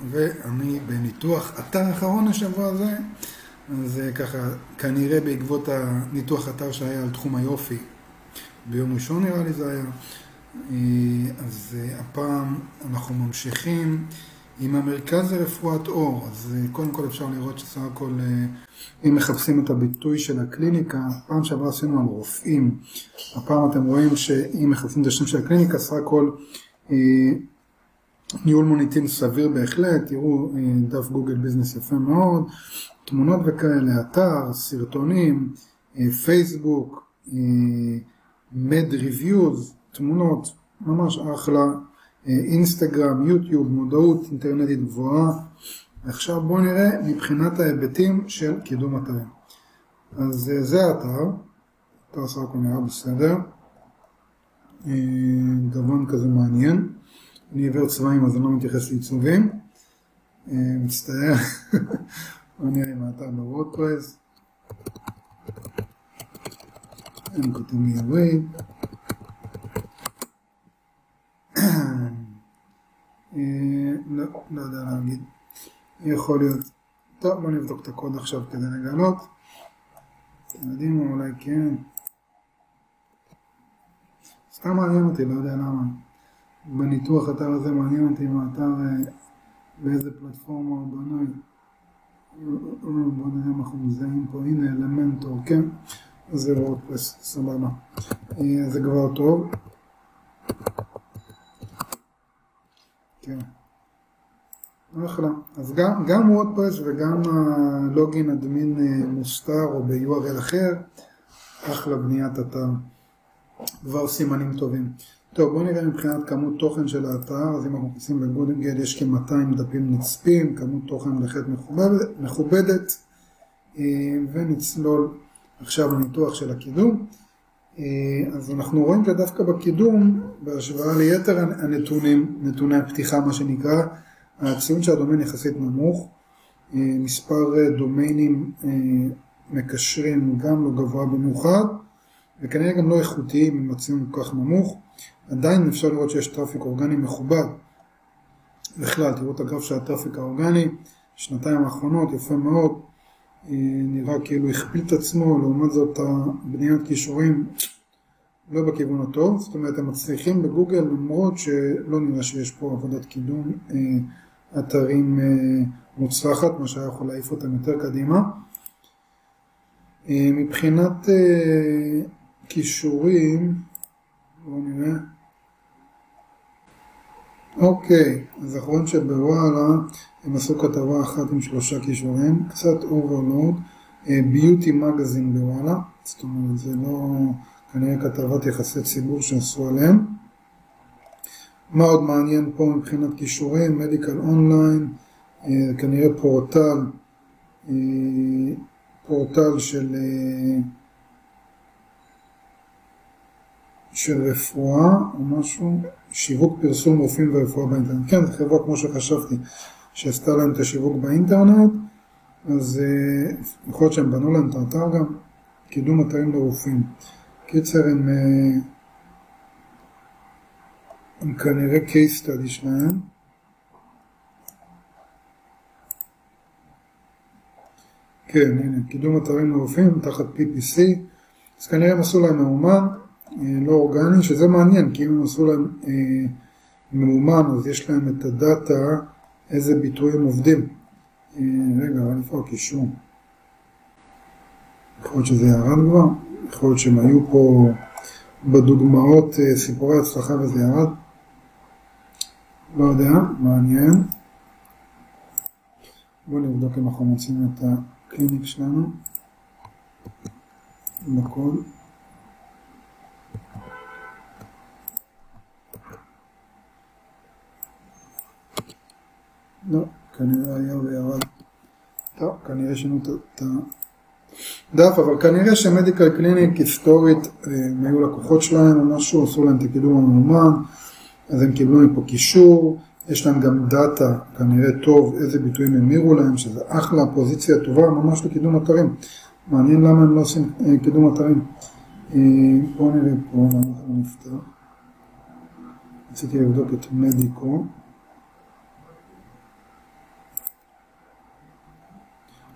ואני בניתוח אתר האחרון השבוע הזה, אז ככה, כנראה בעקבות הניתוח אתר שהיה על תחום היופי, ביום ראשון נראה לי זה היה, אז הפעם אנחנו ממשיכים עם המרכז לרפואת אור. אז קודם כל אפשר לראות שסך הכל, אם מחפשים את הביטוי של הקליניקה, פעם שעברה עשינו על רופאים, הפעם אתם רואים שאם מחפשים את השם של הקליניקה, סך הכל ניהול מוניטין סביר בהחלט. תראו דף גוגל ביזנס יפה מאוד, תמונות וכאלה, אתר, סרטונים, פייסבוק, מד ריוויוז, תמונות ממש אחלה, אינסטגרם, יוטיוב, מודעות אינטרנטית גבוהה. עכשיו בואו נראה מבחינת ההיבטים של קידום אתרים. אז זה האתר, אתר סך הכל נראה בסדר, גוון כזה מעניין. אני עיוור צבעים אז אני לא מתייחס לעיצובים, מצטער. בואו נראה עם האתר בוורדפרס, הם כותבים לי עברית. לא יודע להגיד, יכול להיות. טוב, בוא נבדוק את הקוד עכשיו כדי לגלות. אתם יודעים מה, אולי כן. סתם מעניין אותי, לא יודע למה. בניתוח אתר הזה מעניין אותי אם האתר באיזה פלטפורמה הוא בנוי. בוא נראה מה אנחנו מזהים פה, הנה אלמנטור, כן? אז זה וורדפרס, סבבה. זה כבר טוב. כן. אחלה. אז גם וורדפרס וגם הלוגין אדמין מוסתר או ב-URL אחר, אחלה בניית אתר. כבר סימנים טובים. טוב, בואו נראה מבחינת כמות תוכן של האתר. אז אם אנחנו נכנסים בגודל יש כ-200 דפים נצפים, כמות תוכן בהחלט מכובדת, ונצלול עכשיו לניתוח של הקידום. אז אנחנו רואים שדווקא בקידום, בהשוואה ליתר הנתונים, נתוני הפתיחה מה שנקרא, הציון של הדומיין יחסית נמוך, מספר דומיינים מקשרים גם לא גבוה במיוחד, וכנראה גם לא איכותיים עם הציון כל כך נמוך. עדיין אפשר לראות שיש טראפיק אורגני מכובד. בכלל, תראו את הגרף של הטראפיק האורגני, שנתיים האחרונות, יפה מאוד, נראה כאילו הכפיל את עצמו, לעומת זאת הבניית קישורים לא בכיוון הטוב, זאת אומרת הם מצליחים בגוגל למרות שלא נראה שיש פה עבודת קידום אתרים מוצלחת, מה שהיה יכול להעיף אותם יותר קדימה. מבחינת קישורים, בואו נראה. אוקיי, אז אנחנו רואים שבוואלה הם עשו כתבה אחת עם 3 קישורים, קצת אוברלוד, ביוטי מגזין בוואלה, זאת אומרת זה לא כנראה כתבת יחסי ציבור שעשו עליהם. מה עוד מעניין פה מבחינת קישורים, מדיקל אונליין, כנראה פורטל של רפואה או משהו, שיווק פרסום רופאים ורפואה באינטרנט. כן, זו חברה כמו שחשבתי, שעשתה להם את השיווק באינטרנט, אז יכול להיות שהם בנו להם את האתר גם, קידום אתרים לרופאים. קיצר, הם כנראה case study שלהם. כן, הנה, קידום אתרים לרופאים תחת PPC, אז כנראה הם עשו להם מאומן, לא אורגני, שזה מעניין, כי אם הם עשו להם מאומן, אז יש להם את הדאטה, איזה ביטויים עובדים. רגע, אבל איפה הקישור? יכול להיות שזה ירד כבר, יכול להיות שהם היו פה בדוגמאות סיפורי הצלחה וזה ירד. לא יודע, מעניין. בואו נבדוק אם אנחנו מוצאים את הקליניק שלנו. בכל. לא, כנראה היה וירד. טוב, כנראה שינו את הדף, אבל כנראה שמדיקל קליניק היסטורית, הם היו לקוחות שלהם או משהו, עשו להם את הקידום המאומן, אז הם קיבלו מפה קישור, יש להם גם דאטה, כנראה טוב, איזה ביטויים המירו להם, שזה אחלה, פוזיציה טובה, ממש לקידום אתרים. מעניין למה הם לא עושים קידום אתרים. בואו נראה פה, אנחנו נפתח. רציתי לבדוק את מדיקו.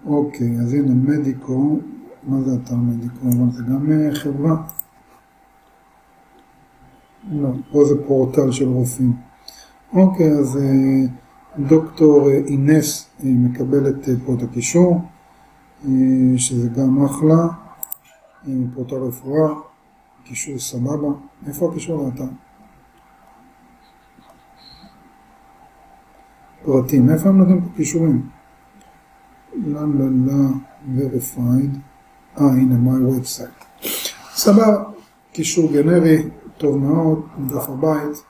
אוקיי, אז הנה מדיקו, מה זה אתר מדיקו? אבל זה גם חברה? לא, פה זה פורטל של רופאים. אוקיי, אז דוקטור אינס מקבלת פה את הקישור, שזה גם אחלה, פורטל רפואה, קישור סבבה. איפה הקישור לאתר? פרטים, איפה הם נותנים פה קישורים? לא, verified, הנה, my website. סבבה, קישור גנרי, טוב מאוד, דף הבית.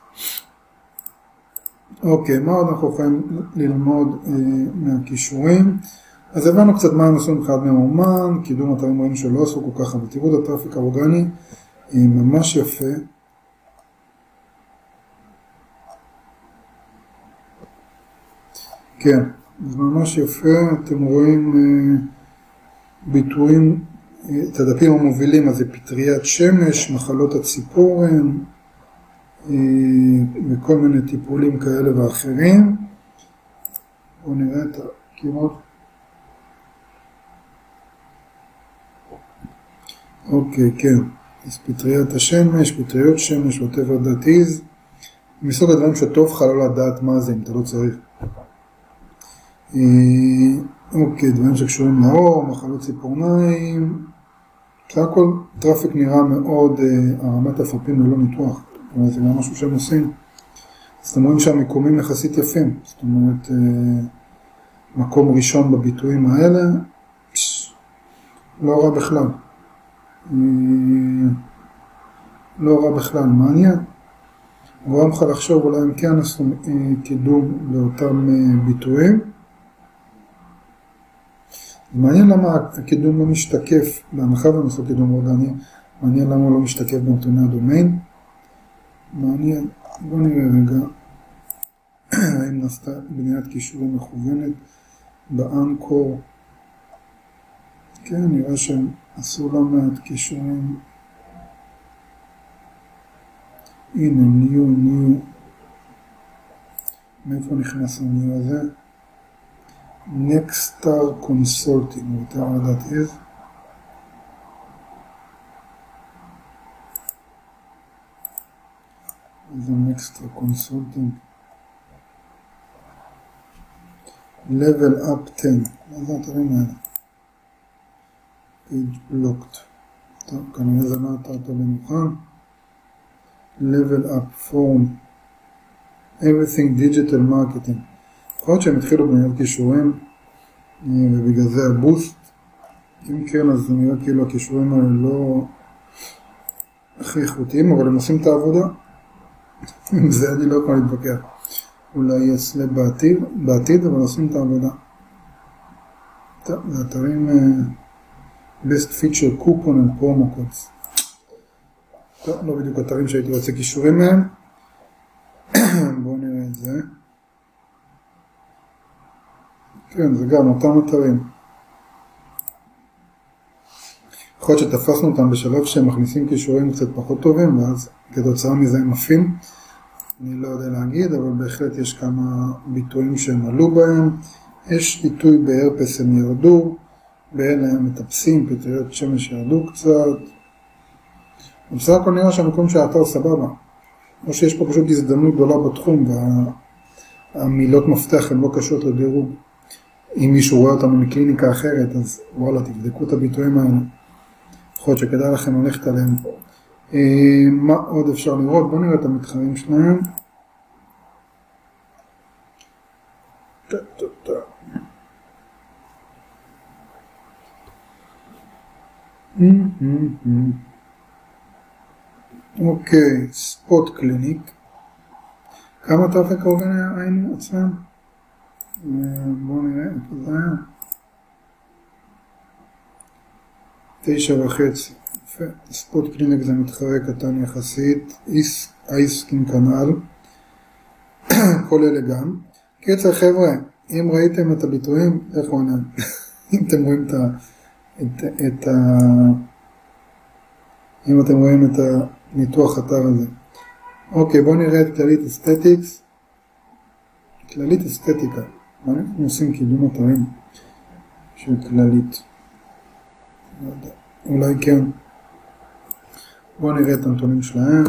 אוקיי, מה עוד אנחנו יכולים ללמוד מהקישורים? אז הבנו קצת מה הם עשו מבחינת ממומן, קידום אתרים ראינו שלא עשו כל כך, אבל תראו את הטראפיק האורגני, ממש יפה. כן, זה ממש יפה, אתם רואים ביטויים, את הדפים המובילים, אז זה פטריית שמש, מחלות הציפורן, וכל מיני טיפולים כאלה ואחרים. בואו נראה את הקירות. אוקיי, כן, אז פטריית השמש, פטריות שמש, whatever that is, מסוג הדברים שטוב לך לא לדעת מה זה, אם אתה לא צריך. אוקיי, דברים שקשורים לאור, מחלות ציפורניים, שהכל טראפיק נראה מאוד, הרמת הפרפים ללא ניתוח, זה גם משהו שהם עושים. אז אתם רואים שהמיקומים יחסית יפים, זאת אומרת, מקום ראשון בביטויים האלה, לא רע בכלל. לא רע בכלל, מעניין. גורם לך לחשוב אולי אם כן עשו קידום לאותם ביטויים. מעניין למה הקידום לא משתקף, בהנחה ונסו קידום אורגני, מעניין למה הוא לא משתקף בנתוני הדומיין. מעניין, בוא נראה רגע, האם נעשתה בניית קישורים מכוונת באנקור. כן, נראה שהם עשו לא מעט קישורים. הנה, ניו. מאיפה נכנס הניו הזה? Nexstar Consulting, whatever that is. The Nexstar Consulting. Level Up 10. מה זה אתרים האלה? Page Blocked. טוב, כנראה זה מה אתה במיוחד. Level Up Forum. Everything Digital Marketing. יכול להיות שהם התחילו בניית קישורים ובגלל זה הבוסט. אם כן, אז זה נראה כאילו הקישורים האלה לא הכי איכותיים, אבל הם עושים את העבודה. עם זה אני לא יכול להתווכח. אולי יהיה סלאב בעתיד, אבל עושים את העבודה. טוב, זה אתרים Best Feature Coupon and Promo Codes. טוב, לא בדיוק אתרים שהייתי רוצה קישורים מהם. בואו נראה את זה. כן, זה גם אותם אתרים. יכול להיות שתפסנו אותם בשלב שהם מכניסים קישורים קצת פחות טובים, ואז כתוצאה מזה הם עפים. אני לא יודע להגיד, אבל בהחלט יש כמה ביטויים שהם עלו בהם. יש ביטוי בהרפס הם ירדו, באלה הם מטפסים, פטריות שמש ירדו קצת. בסך הכל נראה שהמקום שהאתר סבבה. או שיש פה פשוט הזדמנות גדולה בתחום, והמילות מפתח הן לא קשות לדירוג. אם מישהו רואה אותנו מקליניקה אחרת, אז וואלה, תבדקו את הביטויים האלה. יכול להיות שכדאי לכם ללכת עליהם. מה עוד אפשר לראות? בואו נראה את המתחרים שלהם. אוקיי, ספוט קליניק. כמה טראפיק אורגני היינו עצמם? בואו נראה, איפה זה היה? 9.5. ספוט קליניק זה מתחרה קטן יחסית. אייסקין כנ"ל. כל אלה גם. קיצר חבר'ה, אם ראיתם את הביטויים, איך הוא ענן? אם אתם רואים אם אתם רואים את הניתוח אתר הזה. אוקיי, בואו נראה את כללית אסתטיקס. כללית אסתטיקה. מה אנחנו עושים קידום אתרים? של כללית. לא יודע, אולי כן. בואו נראה את הנתונים שלהם.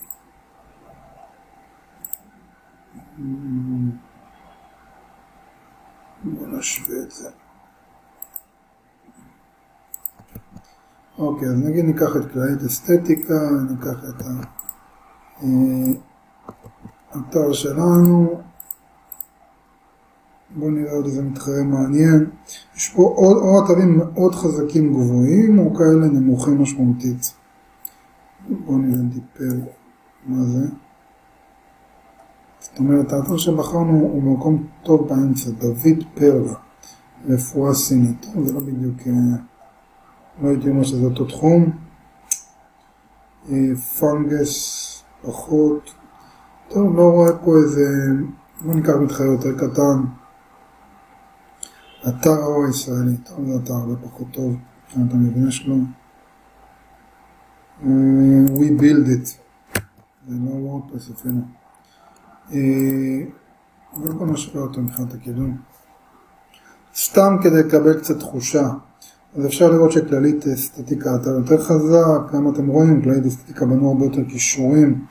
בואו נשווה את זה. אוקיי, אז נגיד ניקח את כללית אסתטיקה, ניקח את האתר שלנו. בואו נראה עוד איזה מתחרה מעניין. יש פה או אתרים מאוד חזקים גבוהים, או כאלה נמוכים משמעותית. בואו נראה טיפל מה זה. זאת אומרת, האתר שבחרנו הוא במקום טוב באמצע, דוד פרלה, רפואה סינית. זה לא בדיוק, לא הייתי אומר שזה אותו תחום. פונגס, פחות. טוב, לא רואה פה איזה, בוא ניקח מתחרה יותר קטן. אתר האור הישראלי, טוב, זה אתר הרבה פחות טוב, מבחינת המבנה שלו. We build it. זה לא וורדפרס אפילו. אבל בוא נשווה אותו מבחינת הקידום. סתם כדי לקבל קצת תחושה. אז אפשר לראות שכללית אסתטיקה אתר יותר חזק, גם אתם רואים, כללית אסתטיקה בנו הרבה יותר קישורים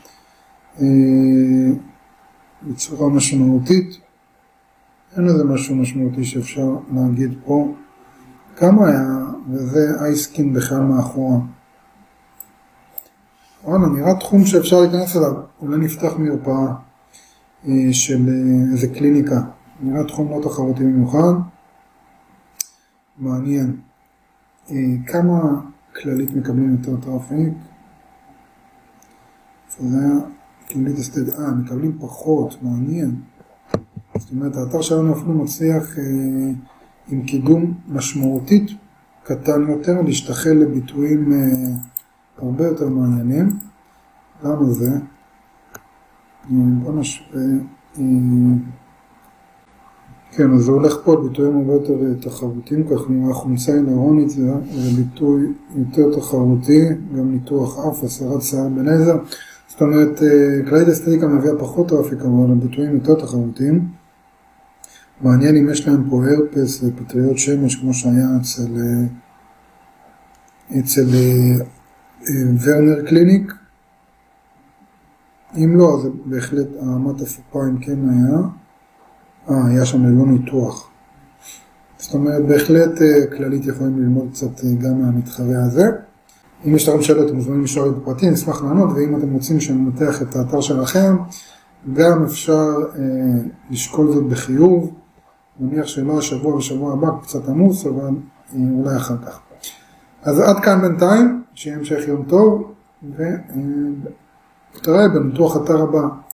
בצורה משמעותית. אין לזה משהו משמעותי שאפשר להגיד פה. כמה היה, וזה אייסקין בכלל מאחורה. וואלה, נראה תחום שאפשר להיכנס אליו. אולי נפתח מרפאה של איזה קליניקה. נראה תחום לא תחרותי במיוחד. מעניין. כמה כללית מקבלים יותר טראפיק? זה היה כללית אסתטיקה. מקבלים פחות, מעניין. זאת אומרת, האתר שלנו אפילו מצליח עם קידום משמעותית קטן יותר, להשתחל לביטויים הרבה יותר מעניינים. למה זה? בוא נשווה. כן, אז זה הולך פה על ביטויים הרבה יותר תחרותיים, כך נראה חומצה הילרונית, זה ביטוי יותר תחרותי, גם ניתוח אף, הסרת שיער בלייזר. זאת אומרת, כללית אסתטיקה מביאה פחות טראפיק, אבל הביטויים יותר תחרותיים. מעניין אם יש להם פה הרפס ופטריות שמש, כמו שהיה אצל ורנר קליניק. אם לא, אז בהחלט הרמת אפופיים כן היה שם ללא ניתוח. זאת אומרת, בהחלט כללית יכולים ללמוד קצת גם מהמתחרה הזה. אם יש לכם שאלות, אתם מוזמנים לשאול לי בפרטים, נשמח לענות, ואם אתם רוצים שננתח את האתר שלכם, גם אפשר לשקול זאת בחיוב. נניח שלא השבוע ושבוע הבא קצת עמוס, אבל אולי אחר כך. אז עד כאן בינתיים, שיהיה המשך יום טוב, ונתראה בניתוח אתר הבא.